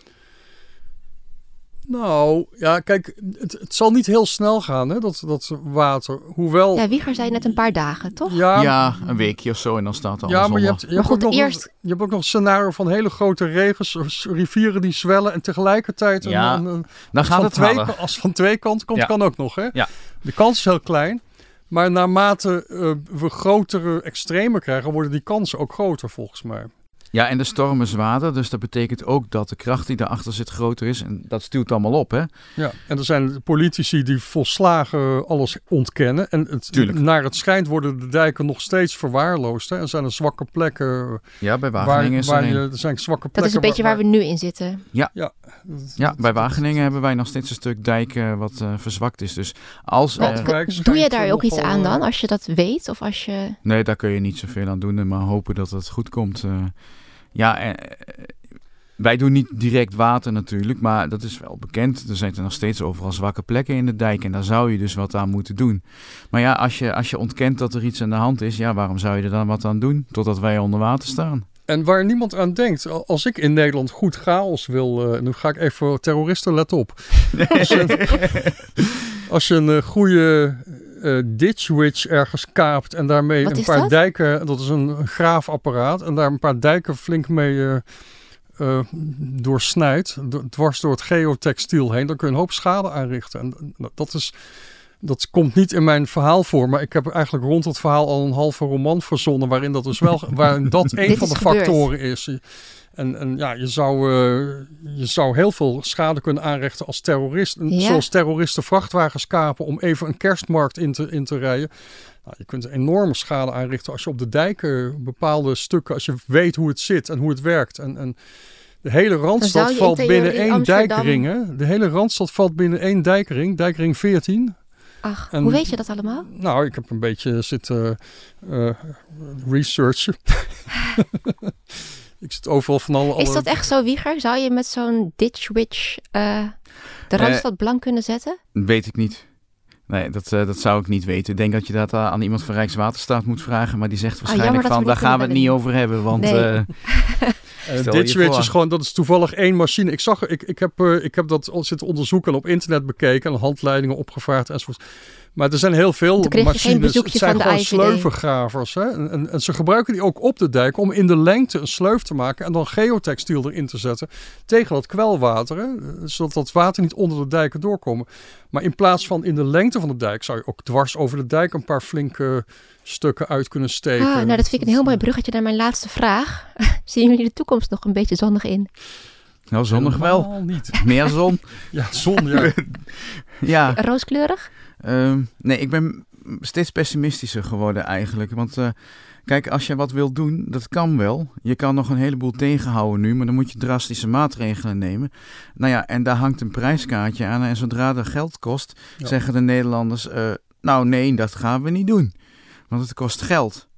Nou, ja, kijk, het, het zal niet heel snel gaan, hè, dat, dat water. Hoewel... Ja, Wieger zei net een paar dagen, toch? Ja, Ja, een weekje of zo en dan staat alles ja, maar je onder. hebt, je, Maar hebt goed, ook nog, eerst- een- je hebt ook nog een scenario van hele grote regens, rivieren die zwellen en tegelijkertijd een, Ja, een, een, Dan als gaat van het twee, halen. als van twee kanten komt, Ja. kan ook nog, hè? Ja. De kans is heel klein, maar naarmate uh, we grotere extremen krijgen, worden die kansen ook groter, volgens mij. Ja, en de storm is zwaarder, dus dat betekent ook dat de kracht die daarachter zit groter is. En dat stuwt allemaal op, hè? Ja, en er zijn politici die volslagen alles ontkennen. En het, Tuurlijk. naar het schijnt worden de dijken nog steeds verwaarloosd. Hè? Er zijn er zwakke plekken Ja, bij waar, Wageningen is er waar een. je, er zijn zwakke Dat plekken is een beetje waar we nu in zitten. Ja, dat- bij Wageningen hebben wij nog steeds een stuk dijk uh, wat uh, verzwakt is. Dus als Maar er... Rijk doe je schijnt daar ook iets nogal, aan dan, eh, als je dat weet? Of als je... Nee, daar kun je niet zoveel aan doen, maar hopen dat het goed komt. Uh, ja, uh, wij doen niet direct water natuurlijk, maar dat is wel bekend. Er zijn er nog steeds overal zwakke plekken in de dijk en daar zou je dus wat aan moeten doen. Maar ja, als je, als je ontkent dat er iets aan de hand is, ja, waarom zou je er dan wat aan doen totdat wij onder water staan? En waar niemand aan denkt, als ik in Nederland goed chaos wil, uh, nu ga ik even terroristen, let op. Als je, als je een uh, goede uh, ditchwitch ergens kaapt en daarmee Wat een is paar dat? dijken, dat is een, een graafapparaat, en daar een paar dijken flink mee uh, uh, doorsnijdt, d- dwars door het geotextiel heen, dan kun je een hoop schade aanrichten. En uh, dat is... Dat komt niet in mijn verhaal voor, maar ik heb eigenlijk rond het verhaal al een halve roman verzonnen, waarin dat dus wel, waarin dat een Dit van is de gebeurd. factoren is. En, en ja, je zou, uh, je zou heel veel schade kunnen aanrichten als terrorist. Ja. Zoals terroristen vrachtwagens kapen om even een kerstmarkt in te, in te rijden. Nou, je kunt een enorme schade aanrichten als je op de dijken bepaalde stukken, als je weet hoe het zit en hoe het werkt. En, en de hele Dan Randstad zou je in valt binnen theorie één Amsterdam- dijkring. Hè? De hele Randstad valt binnen één dijkring, dijkring veertien. Ach, En- hoe weet je dat allemaal? Nou, ik heb een beetje zitten uh, researchen. Ik zit overal van alle... Is alle- dat echt zo, Wieger? Zou je met zo'n ditchwitch uh, de Randstad blank kunnen zetten? Weet ik niet. Nee, dat, uh, dat zou ik niet weten. Ik denk dat je dat uh, aan iemand van Rijkswaterstaat moet vragen. Maar die zegt waarschijnlijk jammer dat van, we daar die gaan we het niet kunnen over hebben. Want Nee. uh, Uh, Stel je ditchwitch voor. is gewoon, dat is toevallig één machine. Ik zag, ik, ik, heb, uh, ik heb dat al zitten onderzoeken en op internet bekeken en handleidingen opgevraagd enzovoort. Maar er zijn heel veel Toen kreeg je geen machines. bezoekje Het zijn van de gewoon I V D. sleuvelgravers. Hè? En, en, en ze gebruiken die ook op de dijk om in de lengte een sleuf te maken en dan geotextiel erin te zetten tegen dat kwelwater. Hè? Zodat dat water niet onder de dijken doorkomt. Maar in plaats van in de lengte van de dijk zou je ook dwars over de dijk een paar flinke stukken uit kunnen steken. Ah, nou, dat vind ik een heel mooi bruggetje naar mijn laatste vraag. Zien jullie de toekomst nog een beetje zonnig in? nou, zonnig wel. Helemaal niet. Meer zon. Ja, zon, ja. Ja. Rooskleurig? Uh, nee, ik ben steeds pessimistischer geworden eigenlijk. Want uh, kijk, als je wat wilt doen, dat kan wel. Je kan nog een heleboel tegenhouden nu, maar dan moet je drastische maatregelen nemen. Nou ja, en daar hangt een prijskaartje aan. En zodra dat geld kost, Ja. zeggen de Nederlanders... Uh, nou nee, dat gaan we niet doen. Want het kost geld.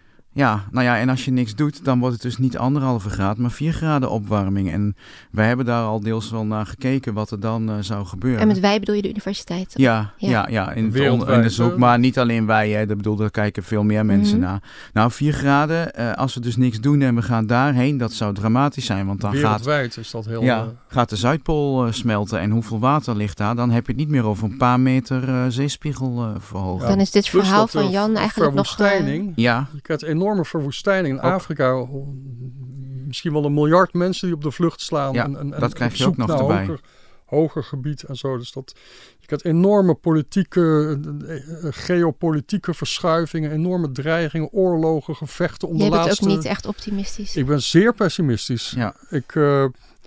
Ja, nou ja, en als je niks doet, dan wordt het dus niet anderhalve graad, maar vier graden opwarming. En wij hebben daar al deels wel naar gekeken wat er dan uh, zou gebeuren. En met wij bedoel je de universiteit? Ja, ja, ja, ja in het onderzoek, maar niet alleen wij. Hè, dat bedoel, daar kijken veel meer mensen mm-hmm. naar. Nou, vier graden, uh, als we dus niks doen en we gaan daarheen, dat zou dramatisch zijn. Want dan wereldwijd gaat, is dat heel... Ja, uh... gaat de Zuidpool uh, smelten en hoeveel water ligt daar? Dan heb je het niet meer over een paar meter uh, zeespiegel uh, verhogen. Ja, dan is dit verhaal dat, van Jan eigenlijk nog... Uh... Ja. Je krijgt enorme verwoestijning in Afrika. Misschien wel een miljard mensen die op de vlucht slaan. Ja, en, en, dat krijg je ook nog erbij. Hoger, hoger gebied en zo. Dus dat, je krijgt enorme politieke, geopolitieke verschuivingen, enorme dreigingen, oorlogen, gevechten om Jij de laatste... Jij bent ook niet echt optimistisch. Ik ben zeer pessimistisch. Ja. Ik... Uh,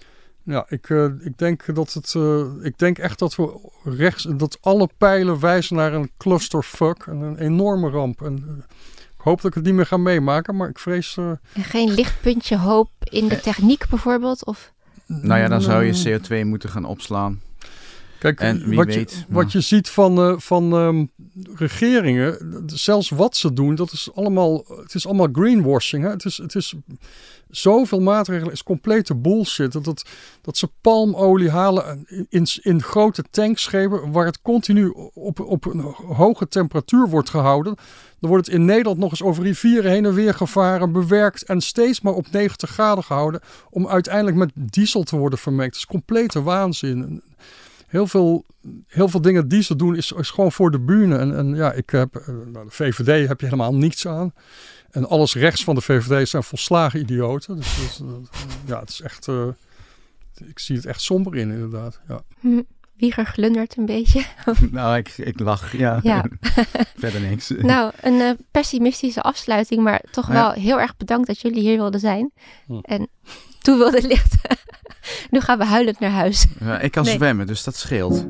Ja, ik, uh, ik denk dat het. Uh, ik denk echt dat we rechts. Dat alle pijlen wijzen naar een clusterfuck. En een enorme ramp. En, uh, ik hoop dat ik het niet meer ga meemaken, maar ik vrees. Uh, en geen lichtpuntje hoop in de techniek bijvoorbeeld? Of? Nou ja, dan zou je C O twee moeten gaan opslaan. Kijk, en wie wat, weet, je, wat je ziet van, uh, van um, regeringen, zelfs wat ze doen, dat is allemaal, het is allemaal greenwashing. Hè? Het is, het is zoveel maatregelen, is complete bullshit. Dat, dat, dat ze palmolie halen in, in grote tankschepen, waar het continu op, op een hoge temperatuur wordt gehouden. Dan wordt het in Nederland nog eens over rivieren heen en weer gevaren, bewerkt en steeds maar op negentig graden gehouden, om uiteindelijk met diesel te worden vermengd. Het is complete waanzin. Heel veel, heel veel dingen die ze doen is, is gewoon voor de bühne. En, en ja, ik heb, nou, de V V D heb je helemaal niets aan. En alles rechts van de V V D zijn volslagen idioten. Dus, dus uh, ja, het is echt, uh, ik zie het echt somber in inderdaad. Ja. Hm, Wieger glundert een beetje. Nou, ik, ik lach, ja. ja. Verder niks. Nou, een uh, pessimistische afsluiting, maar toch wel ja. heel erg bedankt dat jullie hier wilden zijn. Hm. En toe wilden lichten. Nu gaan we huilend naar huis. Ja, ik kan nee. zwemmen, dus dat scheelt.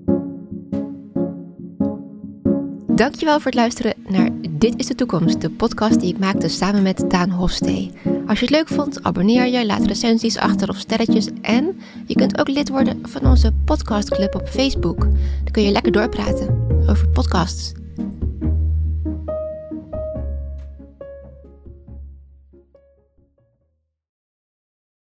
Dankjewel voor het luisteren naar Dit is de Toekomst, de podcast die ik maakte samen met Daan Hofstee. Als je het leuk vond, abonneer je, laat recensies achter of sterretjes. En je kunt ook lid worden van onze podcastclub op Facebook. Dan kun je lekker doorpraten over podcasts.